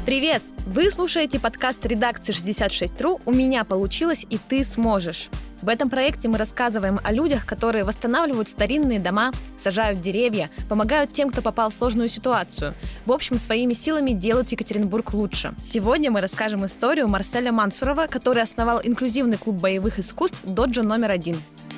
Привет! Вы слушаете подкаст редакции 66.ru «У меня получилось, и ты сможешь». В этом проекте мы рассказываем о людях, которые восстанавливают старинные дома, сажают деревья, помогают тем, кто попал в сложную ситуацию. В общем, своими силами делают Екатеринбург лучше. Сегодня мы расскажем историю Марселя Мансурова, который основал инклюзивный клуб боевых искусств «Доджо номер 1».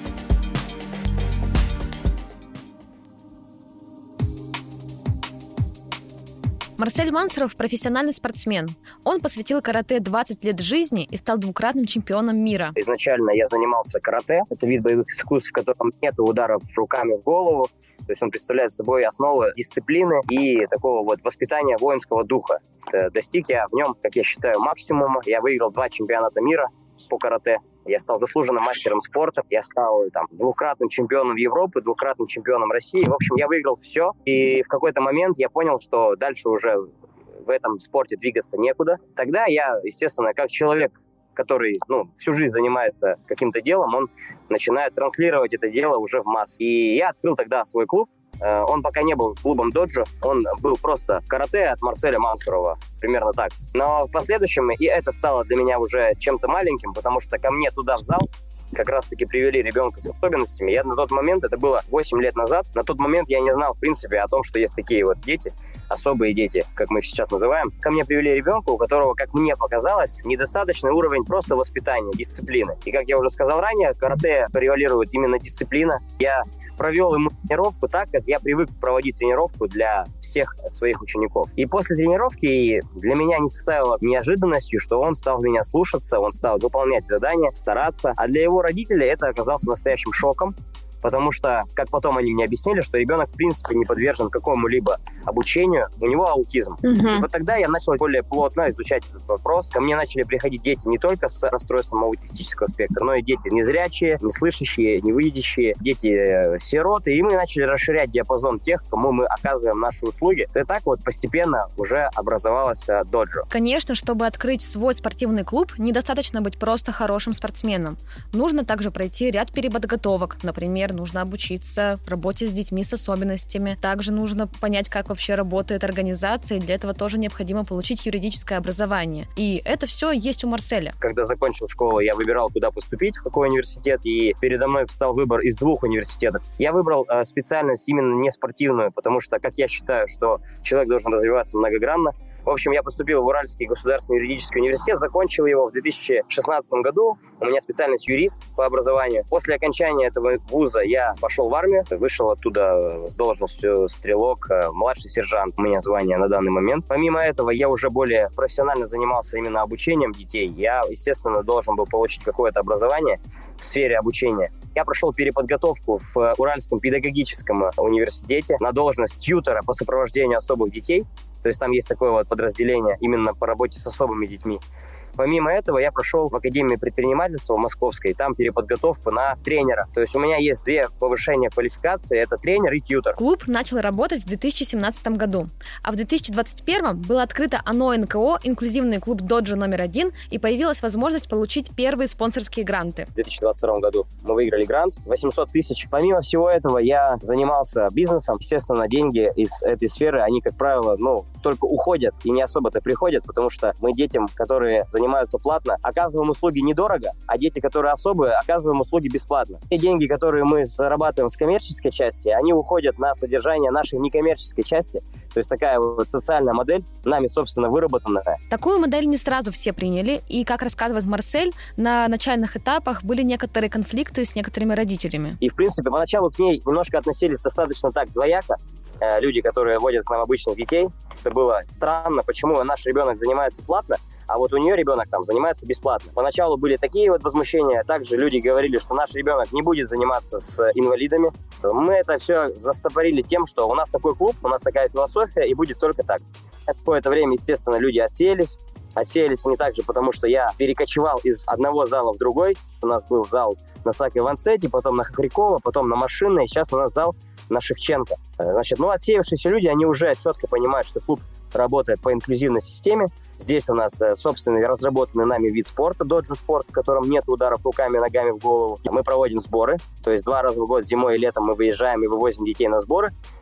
Марсель Мансуров – профессиональный спортсмен. Он посвятил карате 20 лет жизни и стал двукратным чемпионом мира. Изначально я занимался карате. Это вид боевых искусств, в котором нет ударов руками в голову. То есть он представляет собой основы дисциплины и такого вот воспитания воинского духа. Достиг я в нем, как я считаю, максимума. Я выиграл 2 чемпионата мира по карате. Я стал заслуженным мастером спорта. Я стал двукратным чемпионом Европы, двукратным чемпионом России. В общем, я выиграл все. И в какой-то момент я понял, что дальше уже в этом спорте двигаться некуда. Тогда я, естественно, как человек, который всю жизнь занимается каким-то делом, он начинает транслировать это дело уже в массы. И я открыл тогда свой клуб. Он пока не был клубом доджо, он был просто карате от Марселя Мансурова, примерно так. Но в последующем и это стало для меня уже чем-то маленьким, потому что ко мне туда в зал как раз-таки привели ребенка с особенностями. Я на тот момент, это было 8 лет назад, на тот момент я не знал, в принципе, о том, что есть такие вот дети, особые дети, как мы их сейчас называем. Ко мне привели ребенка, у которого, как мне показалось, недостаточный уровень просто воспитания, дисциплины. И, как я уже сказал ранее, карате превалирует именно дисциплина. Я провел ему тренировку так, как я привык проводить тренировку для всех своих учеников. И после тренировки для меня не составило неожиданностью, что он стал меня слушаться, он стал выполнять задания, стараться. А для его родителей это оказалось настоящим шоком, потому что, как потом они мне объяснили, что ребенок, в принципе, не подвержен какому-либо обучению, у него аутизм. И вот тогда я начал более плотно изучать этот вопрос. Ко мне начали приходить дети не только с расстройством аутистического спектра, но и дети незрячие, неслышащие, невидящие, дети-сироты. И мы начали расширять диапазон тех, кому мы оказываем наши услуги. И так вот постепенно уже образовалась доджо. Конечно, чтобы открыть свой спортивный клуб, недостаточно быть просто хорошим спортсменом. Нужно также пройти ряд переподготовок. Например, нужно обучиться работе с детьми с особенностями. Также нужно понять, как вообще работает организация, и для этого тоже необходимо получить юридическое образование. И это все есть у Марселя. Когда закончил школу, я выбирал, куда поступить, в какой университет, и передо мной встал выбор из 2 университетов. Я выбрал специальность именно не спортивную, потому что, как я считаю, что человек должен развиваться многогранно. В общем, я поступил в Уральский государственный юридический университет, закончил его в 2016 году. У меня специальность юрист по образованию. После окончания этого вуза я пошел в армию, вышел оттуда с должностью стрелок, младший сержант, у меня звание на данный момент. Помимо этого, я уже более профессионально занимался именно обучением детей. Я, естественно, должен был получить какое-то образование в сфере обучения. Я прошел переподготовку в Уральском педагогическом университете на должность тьютора по сопровождению особых детей. То есть там есть такое вот подразделение именно по работе с особыми детьми. Помимо этого, я прошел в Академию предпринимательства Московской, там переподготовку на тренера. То есть у меня есть 2 повышения квалификации, это тренер и тьютор. Клуб начал работать в 2017 году, а в 2021 было открыто ОНО НКО «Инклюзивный клуб доджо номер 1», и появилась возможность получить первые спонсорские гранты. В 2022 году мы выиграли грант 800 тысяч. Помимо всего этого, я занимался бизнесом. Естественно, деньги из этой сферы, они, как правило, только уходят и не особо-то приходят, потому что мы детям, которые занимаются платно, оказываем услуги недорого, а дети, которые особые, оказываем услуги бесплатно. И деньги, которые мы зарабатываем с коммерческой части, они уходят на содержание нашей некоммерческой части. То есть такая вот социальная модель, нами, собственно, выработанная. Такую модель не сразу все приняли, и, как рассказывает Марсель, на начальных этапах были некоторые конфликты с некоторыми родителями. И, в принципе, поначалу к ней немножко относились достаточно так двояко. Люди, которые водят к нам обычных детей, это было странно, почему наш ребенок занимается платно, а вот у нее ребенок там занимается бесплатно. Поначалу были такие вот возмущения. Также люди говорили, что наш ребенок не будет заниматься с инвалидами. Мы это все застопорили тем, что у нас такой клуб, у нас такая философия, и будет только так. Какое-то время, естественно, люди отсеялись. Отсеялись они также, потому что я перекочевал из одного зала в другой. У нас был зал на Саке-Ванцете, потом на Хохрякова, потом на Машинной. Сейчас у нас зал на Шевченко. Значит, отсеявшиеся люди, они уже четко понимают, что клуб работает по инклюзивной системе. Здесь у нас собственный разработанный нами вид спорта, доджо-спорт, в котором нет ударов руками, ногами в голову. Мы проводим сборы, то есть 2 раза в год, зимой и летом мы выезжаем и вывозим детей на сборы.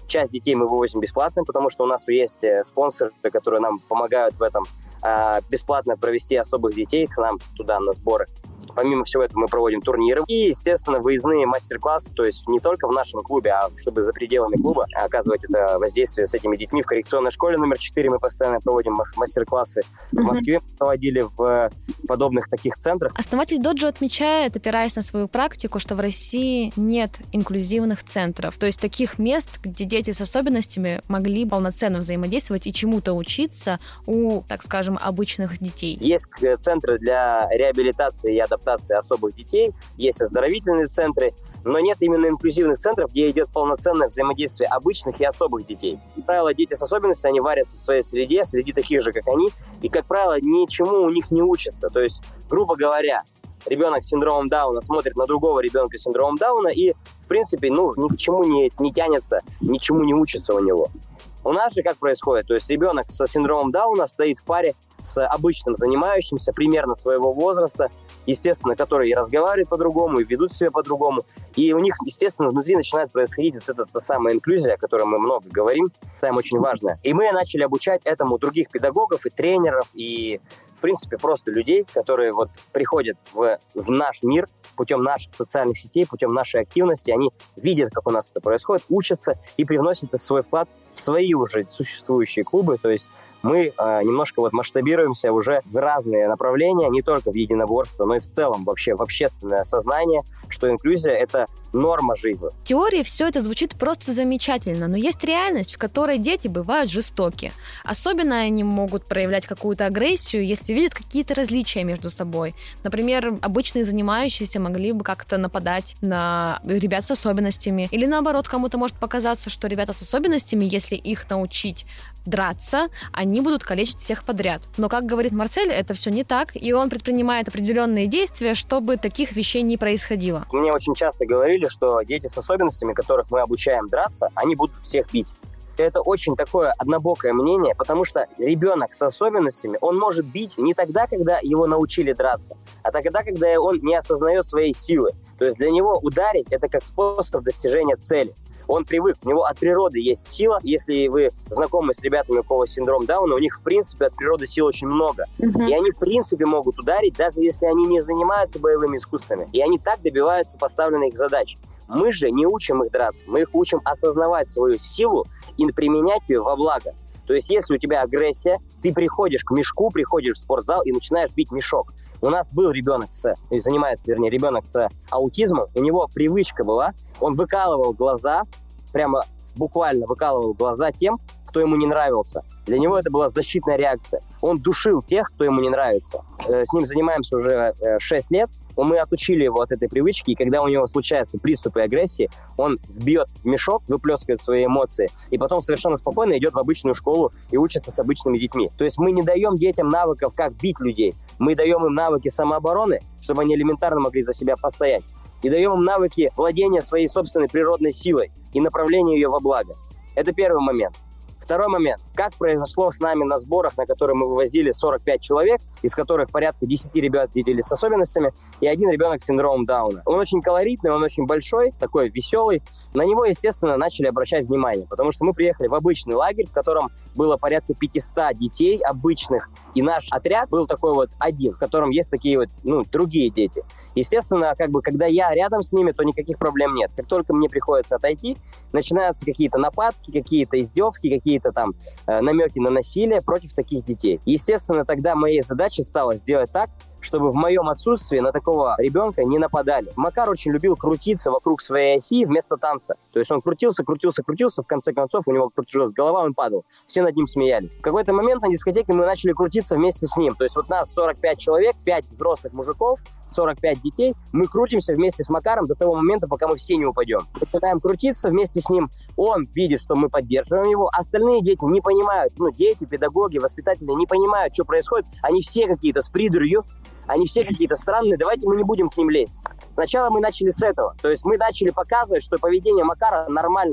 Часть детей мы вывозим бесплатно, потому что у нас есть спонсоры, которые нам помогают в этом. Бесплатно провести особых детей к нам туда на сборы. Помимо всего этого мы проводим турниры и, естественно, выездные мастер-классы, то есть не только в нашем клубе, а чтобы за пределами клуба оказывать это воздействие с этими детьми. В коррекционной школе номер 4 мы постоянно проводим мастер-классы. В Москве проводили в подобных таких центрах. Основатель доджо отмечает, опираясь на свою практику, что в России нет инклюзивных центров, то есть таких мест, где дети с особенностями могли полноценно взаимодействовать и чему-то учиться у, так скажем, обычных детей. Есть центры для реабилитации и адаптации особых детей, есть оздоровительные центры, но нет именно инклюзивных центров, где идет полноценное взаимодействие обычных и особых детей. Как правило, дети с особенностями, они варятся в своей среде, среди таких же, как они, и, как правило, ничему у них не учатся. То есть, грубо говоря, ребенок с синдромом Дауна смотрит на другого ребенка с синдромом Дауна и, в принципе, ни к чему не тянется, ничему не учится у него. У нас же как происходит? То есть ребенок со синдромом Дауна стоит в паре с обычным занимающимся примерно своего возраста, естественно, которые и разговаривают по-другому, и ведут себя по-другому. И у них, естественно, внутри начинает происходить вот эта та самая инклюзия, о которой мы много говорим, там очень важная. И мы начали обучать этому других педагогов и тренеров, и, в принципе, просто людей, которые вот приходят в наш мир путем наших социальных сетей, путем нашей активности. Они видят, как у нас это происходит, учатся и привносят свой вклад в свои уже существующие клубы. То есть мы немножко вот масштабируемся уже в разные направления, не только в единоборство, но и в целом вообще в общественное сознание, что инклюзия — это норма жизни. В теории все это звучит просто замечательно, но есть реальность, в которой дети бывают жестоки. Особенно они могут проявлять какую-то агрессию, если видят какие-то различия между собой. Например, обычные занимающиеся могли бы как-то нападать на ребят с особенностями. Или наоборот, кому-то может показаться, что ребята с особенностями, если их научить драться, они будут калечить всех подряд. Но, как говорит Марсель, это все не так, и он предпринимает определенные действия, чтобы таких вещей не происходило. Мне очень часто говорили, что дети с особенностями, которых мы обучаем драться, они будут всех бить. Это очень такое однобокое мнение, потому что ребенок с особенностями, он может бить не тогда, когда его научили драться, а тогда, когда он не осознает своей силы. То есть для него ударить — это как способ достижения цели. Он привык, у него от природы есть сила. Если вы знакомы с ребятами, у кого синдром Дауна, у них, в принципе, от природы сил очень много. И они, в принципе, могут ударить, даже если они не занимаются боевыми искусствами. И они так добиваются поставленных задач. Мы же не учим их драться, мы их учим осознавать свою силу и применять ее во благо. То есть, если у тебя агрессия, ты приходишь к мешку, приходишь в спортзал и начинаешь бить мешок. У нас был ребенок ребенок с аутизмом, у него привычка была, он выкалывал глаза, прямо буквально выкалывал глаза тем, кто ему не нравился. Для него это была защитная реакция. Он душил тех, кто ему не нравится. С ним занимаемся уже 6 лет. Мы отучили его от этой привычки, и когда у него случаются приступы агрессии, он вбьет в мешок, выплескивает свои эмоции, и потом совершенно спокойно идет в обычную школу и учится с обычными детьми. То есть мы не даем детям навыков, как бить людей. Мы даем им навыки самообороны, чтобы они элементарно могли за себя постоять. И даем им навыки владения своей собственной природной силой и направления ее во благо. Это первый момент. Второй момент. Как произошло с нами на сборах, на которые мы вывозили 45 человек, из которых порядка 10 ребят дети с особенностями и 1 ребенок с синдромом Дауна. Он очень колоритный, он очень большой, такой веселый. На него, естественно, начали обращать внимание, потому что мы приехали в обычный лагерь, в котором было порядка 500 детей обычных, и наш отряд был такой вот один, в котором есть такие вот, другие дети. Естественно, когда я рядом с ними, то никаких проблем нет. Как только мне приходится отойти, начинаются какие-то нападки, какие-то издевки, какие-то там намеки на насилие против таких детей. Естественно, тогда моей задачей стало сделать так, чтобы в моем отсутствии на такого ребенка не нападали. Макар очень любил крутиться вокруг своей оси вместо танца. То есть он крутился, в конце концов у него кружилась голова, он падал. Все над ним смеялись. В какой-то момент на дискотеке мы начали крутиться вместе с ним. То есть вот нас 45 человек, 5 взрослых мужиков, 45 детей. Мы крутимся вместе с Макаром до того момента, пока мы все не упадем. Начинаем крутиться вместе с ним. Он видит, что мы поддерживаем его. Остальные дети не понимают. Дети, педагоги, воспитатели не понимают, что происходит. Они все какие-то с придурью. Они все какие-то странные, давайте мы не будем к ним лезть. Сначала мы начали с этого. То есть мы начали показывать, что поведение Макара нормальное.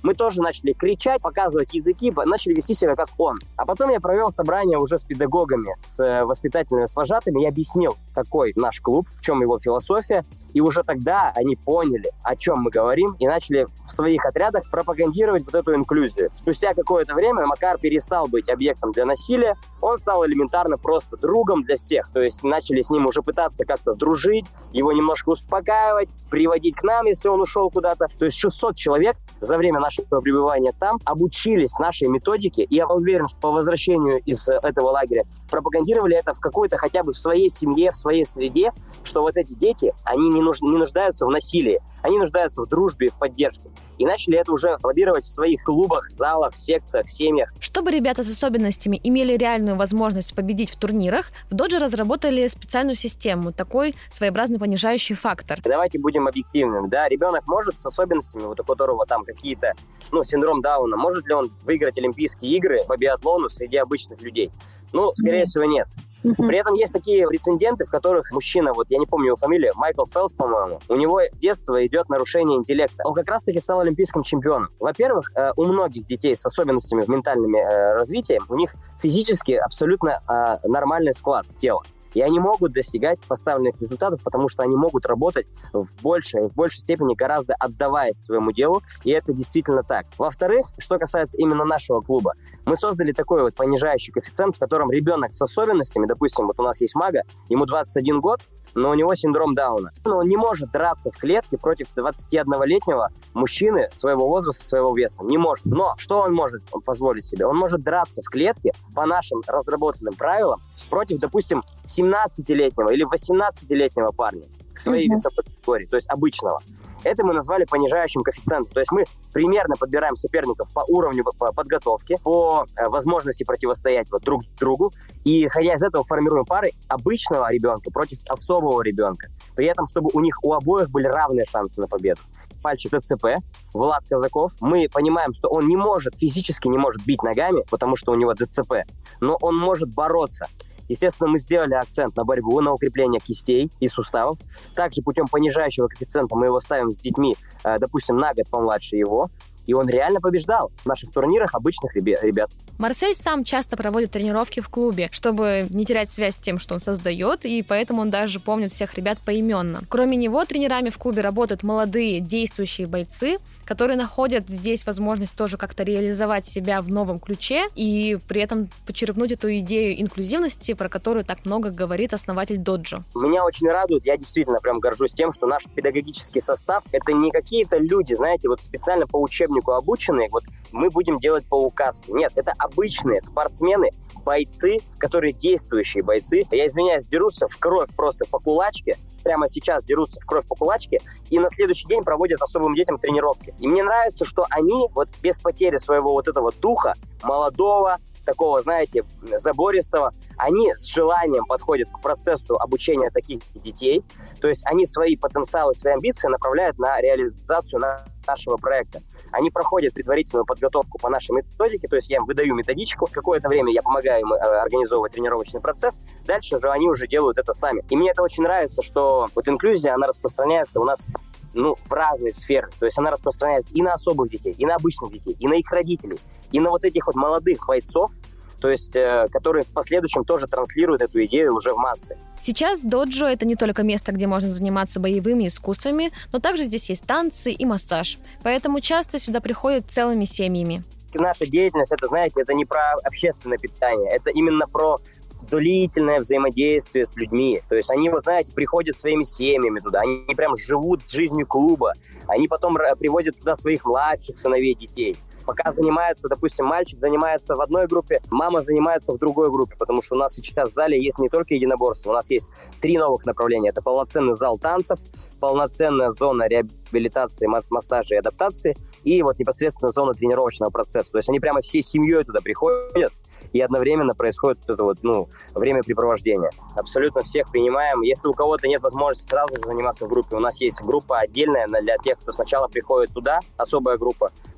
Мы тоже начали кричать, показывать языки, начали вести себя как он. А потом я провел собрание уже с педагогами, с воспитателями, с вожатыми, и объяснил, какой наш клуб, в чем его философия. И уже тогда они поняли, о чем мы говорим, и начали в своих отрядах пропагандировать вот эту инклюзию. Спустя какое-то время Макар перестал быть объектом для насилия, он стал элементарно просто другом для всех. То есть начали с ним уже пытаться как-то дружить, его немножко успокаивать, приводить к нам, если он ушел куда-то. То есть 600 человек за время нашего пребывания там обучились нашей методике, и я уверен, что по возвращению из этого лагеря пропагандировали это в какой-то хотя бы в своей семье, в своей среде, что вот эти дети, они не нуждаются в насилии, они нуждаются в дружбе и в поддержке. И начали это уже лоббировать в своих клубах, залах, секциях, семьях. Чтобы ребята с особенностями имели реальную возможность победить в турнирах, в Додже разработали специальную систему, такой своеобразный понижающий фактор. Давайте будем объективными. Да, ребенок может с особенностями, вот у которого там какие-то, синдром Дауна, может ли он выиграть Олимпийские игры по биатлону среди обычных людей? Скорее всего, нет. При этом есть такие прецеденты, в которых мужчина, я не помню его фамилию, Майкл Фелпс, по-моему, у него с детства идет нарушение интеллекта. Он как раз-таки стал олимпийским чемпионом. Во-первых, у многих детей с особенностями в ментальном развитии, у них физически абсолютно нормальный склад тела. И они могут достигать поставленных результатов, потому что они могут работать в большей степени, гораздо отдаваясь своему делу, и это действительно так. Во-вторых, что касается именно нашего клуба, мы создали такой понижающий коэффициент, в котором ребенок с особенностями, допустим, у нас есть Мага, ему 21 год, но у него синдром Дауна. Он не может драться в клетке против 21-летнего мужчины своего возраста, своего веса. Не может. Но что он может позволить себе? Он может драться в клетке по нашим разработанным правилам против, допустим, 17-летнего или 18-летнего парня своей весовой категории, то есть обычного. Это мы назвали понижающим коэффициентом. То есть мы примерно подбираем соперников по уровню подготовки, по возможности противостоять друг другу. И, исходя из этого, формируем пары обычного ребенка против особого ребенка. При этом, чтобы у них у обоих были равные шансы на победу. Пальчик ДЦП, Влад Казаков. Мы понимаем, что он физически не может бить ногами, потому что у него ДЦП, но он может бороться. Естественно, мы сделали акцент на борьбу, на укрепление кистей и суставов. Также путем понижающего коэффициента мы его ставим с детьми, допустим, на год помладше его. И он реально побеждал в наших турнирах обычных ребят. Марсель сам часто проводит тренировки в клубе, чтобы не терять связь с тем, что он создает, и поэтому он даже помнит всех ребят поименно. Кроме него, тренерами в клубе работают молодые действующие бойцы, которые находят здесь возможность тоже как-то реализовать себя в новом ключе и при этом почерпнуть эту идею инклюзивности, про которую так много говорит основатель Доджо. Меня очень радует, я действительно прям горжусь тем, что наш педагогический состав — это не какие-то люди, знаете, специально по учебнику обученные, мы будем делать по указке. Нет, это обычные спортсмены, бойцы, которые действующие бойцы. Я извиняюсь, дерутся в кровь просто по кулачке, прямо сейчас дерутся в кровь по кулачке, и на следующий день проводят особым детям тренировки. И мне нравится, что они без потери своего этого духа, молодого, такого, знаете, забористого, они с желанием подходят к процессу обучения таких детей. То есть они свои потенциалы, свои амбиции направляют на реализацию нашего проекта. Они проходят предварительную подготовку по нашей методике, то есть я им выдаю методичку, какое-то время я помогаю им организовывать тренировочный процесс, дальше же они уже делают это сами. И мне это очень нравится, что инклюзия, она распространяется у нас в разные сферы. То есть она распространяется и на особых детей, и на обычных детей, и на их родителей, и на этих молодых бойцов, то есть, которые в последующем тоже транслируют эту идею уже в массы. Сейчас доджо — это не только место, где можно заниматься боевыми искусствами, но также здесь есть танцы и массаж. Поэтому часто сюда приходят целыми семьями. Наша деятельность, это, знаете, это не про общественное питание, это именно про длительное взаимодействие с людьми. То есть они, приходят своими семьями туда, они прям живут жизнью клуба, они потом приводят туда своих младших сыновей, детей. Пока занимается, допустим, мальчик занимается в одной группе, мама занимается в другой группе, потому что у нас сейчас в зале есть не только единоборство, у нас есть 3 новых направления. Это полноценный зал танцев, полноценная зона реабилитации, массажа и адаптации и непосредственно зона тренировочного процесса. То есть они прямо всей семьей туда приходят, и одновременно происходит времяпрепровождение. Абсолютно всех принимаем. Если у кого-то нет возможности сразу же заниматься в группе, у нас есть группа отдельная для тех, кто сначала приходит туда, особая группа.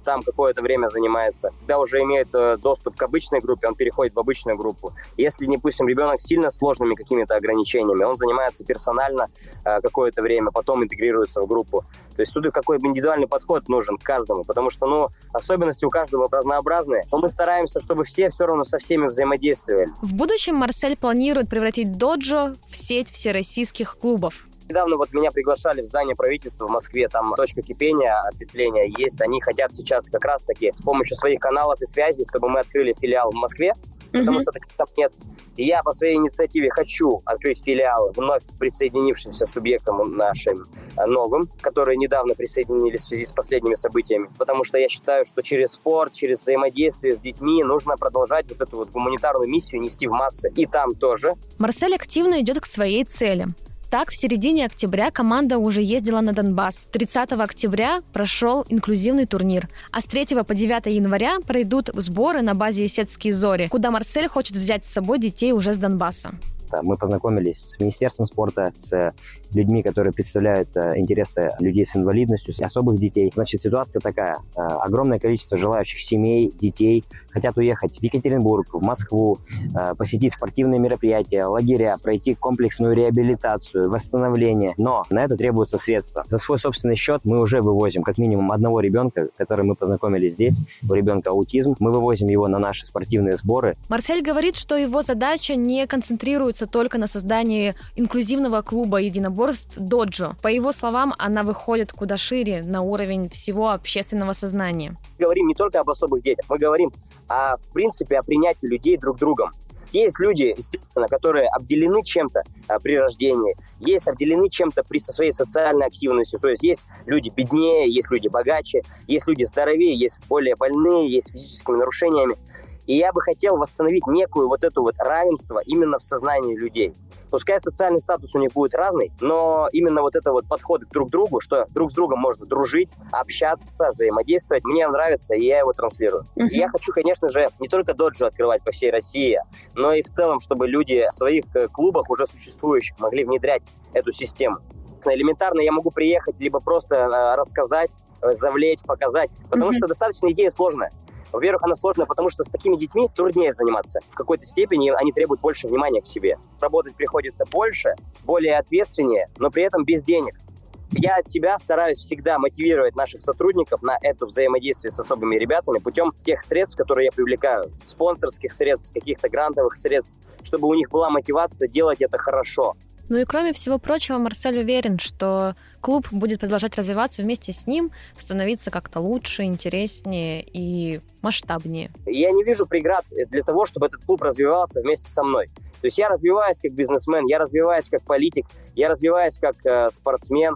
там какое-то время занимается. Когда уже имеет доступ к обычной группе, он переходит в обычную группу. Если, допустим, ребенок сильно сложными какими-то ограничениями, он занимается персонально какое-то время, потом интегрируется в группу. То есть тут какой-то индивидуальный подход нужен к каждому, потому что, особенности у каждого разнообразные, но мы стараемся, чтобы все равно со всеми взаимодействовали. В будущем Марсель планирует превратить доджо в сеть всероссийских клубов. Недавно меня приглашали в здание правительства в Москве, там точка кипения, ответвления есть. Они хотят сейчас как раз-таки с помощью своих каналов и связей, чтобы мы открыли филиал в Москве, потому что таких там нет. И я по своей инициативе хочу открыть филиал вновь присоединившимся субъектам нашим новым, которые недавно присоединились в связи с последними событиями. Потому что я считаю, что через спорт, через взаимодействие с детьми нужно продолжать эту гуманитарную миссию нести в массы. И там тоже. Марсель активно идет к своей цели. Так, в середине октября команда уже ездила на Донбасс. 30 октября прошел инклюзивный турнир, а с 3 по 9 января пройдут сборы на базе «Исетские зори», куда Марсель хочет взять с собой детей уже с Донбасса. Мы познакомились с Министерством спорта, с людьми, которые представляют интересы людей с инвалидностью, особых детей. Значит, ситуация такая. Огромное количество желающих семей, детей хотят уехать в Екатеринбург, в Москву, посетить спортивные мероприятия, лагеря, пройти комплексную реабилитацию, восстановление. Но на это требуются средства. За свой собственный счет мы уже вывозим как минимум одного ребенка, с которым мы познакомились здесь. У ребенка аутизм. Мы вывозим его на наши спортивные сборы. Марсель говорит, что его задача не концентрируется только на создании инклюзивного клуба единоборств доджо. По его словам, она выходит куда шире, на уровень всего общественного сознания. Мы говорим не только об особых детях, мы говорим в принципе о принятии людей друг другом. Есть люди, естественно, которые обделены чем-то при рождении, есть обделены чем-то при своей социальной активностью. То есть есть люди беднее, есть люди богаче, есть люди здоровее, есть более больные, есть с физическими нарушениями. И я бы хотел восстановить некую равенство именно в сознании людей. Пускай социальный статус у них будет разный, но именно подход друг к другу, что друг с другом можно дружить, общаться, взаимодействовать, мне нравится, и я его транслирую. И я хочу, конечно же, не только доджо открывать по всей России, но и в целом, чтобы люди в своих клубах уже существующих могли внедрять эту систему. Элементарно я могу приехать, либо просто рассказать, завлечь, показать, потому что достаточно идея сложная. Во-первых, она сложная, потому что с такими детьми труднее заниматься. В какой-то степени они требуют больше внимания к себе. Работать приходится больше, более ответственнее, но при этом без денег. Я от себя стараюсь всегда мотивировать наших сотрудников на это взаимодействие с особыми ребятами путем тех средств, которые я привлекаю. Спонсорских средств, каких-то грантовых средств, чтобы у них была мотивация делать это хорошо. Ну и кроме всего прочего, Марсель уверен, что клуб будет продолжать развиваться вместе с ним, становиться как-то лучше, интереснее и масштабнее. Я не вижу преград для того, чтобы этот клуб развивался вместе со мной. То есть я развиваюсь как бизнесмен, я развиваюсь как политик, я развиваюсь как спортсмен.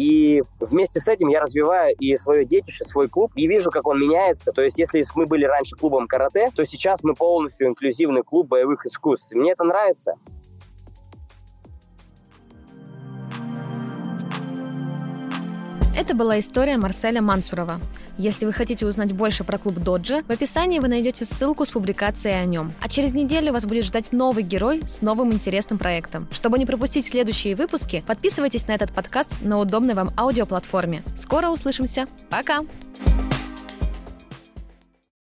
И вместе с этим я развиваю и свое детище, свой клуб, и вижу, как он меняется. То есть если мы были раньше клубом карате, то сейчас мы полностью инклюзивный клуб боевых искусств. И мне это нравится. Это была история Марселя Мансурова. Если вы хотите узнать больше про клуб доджо, в описании вы найдете ссылку с публикацией о нем. А через неделю вас будет ждать новый герой с новым интересным проектом. Чтобы не пропустить следующие выпуски, подписывайтесь на этот подкаст на удобной вам аудиоплатформе. Скоро услышимся. Пока!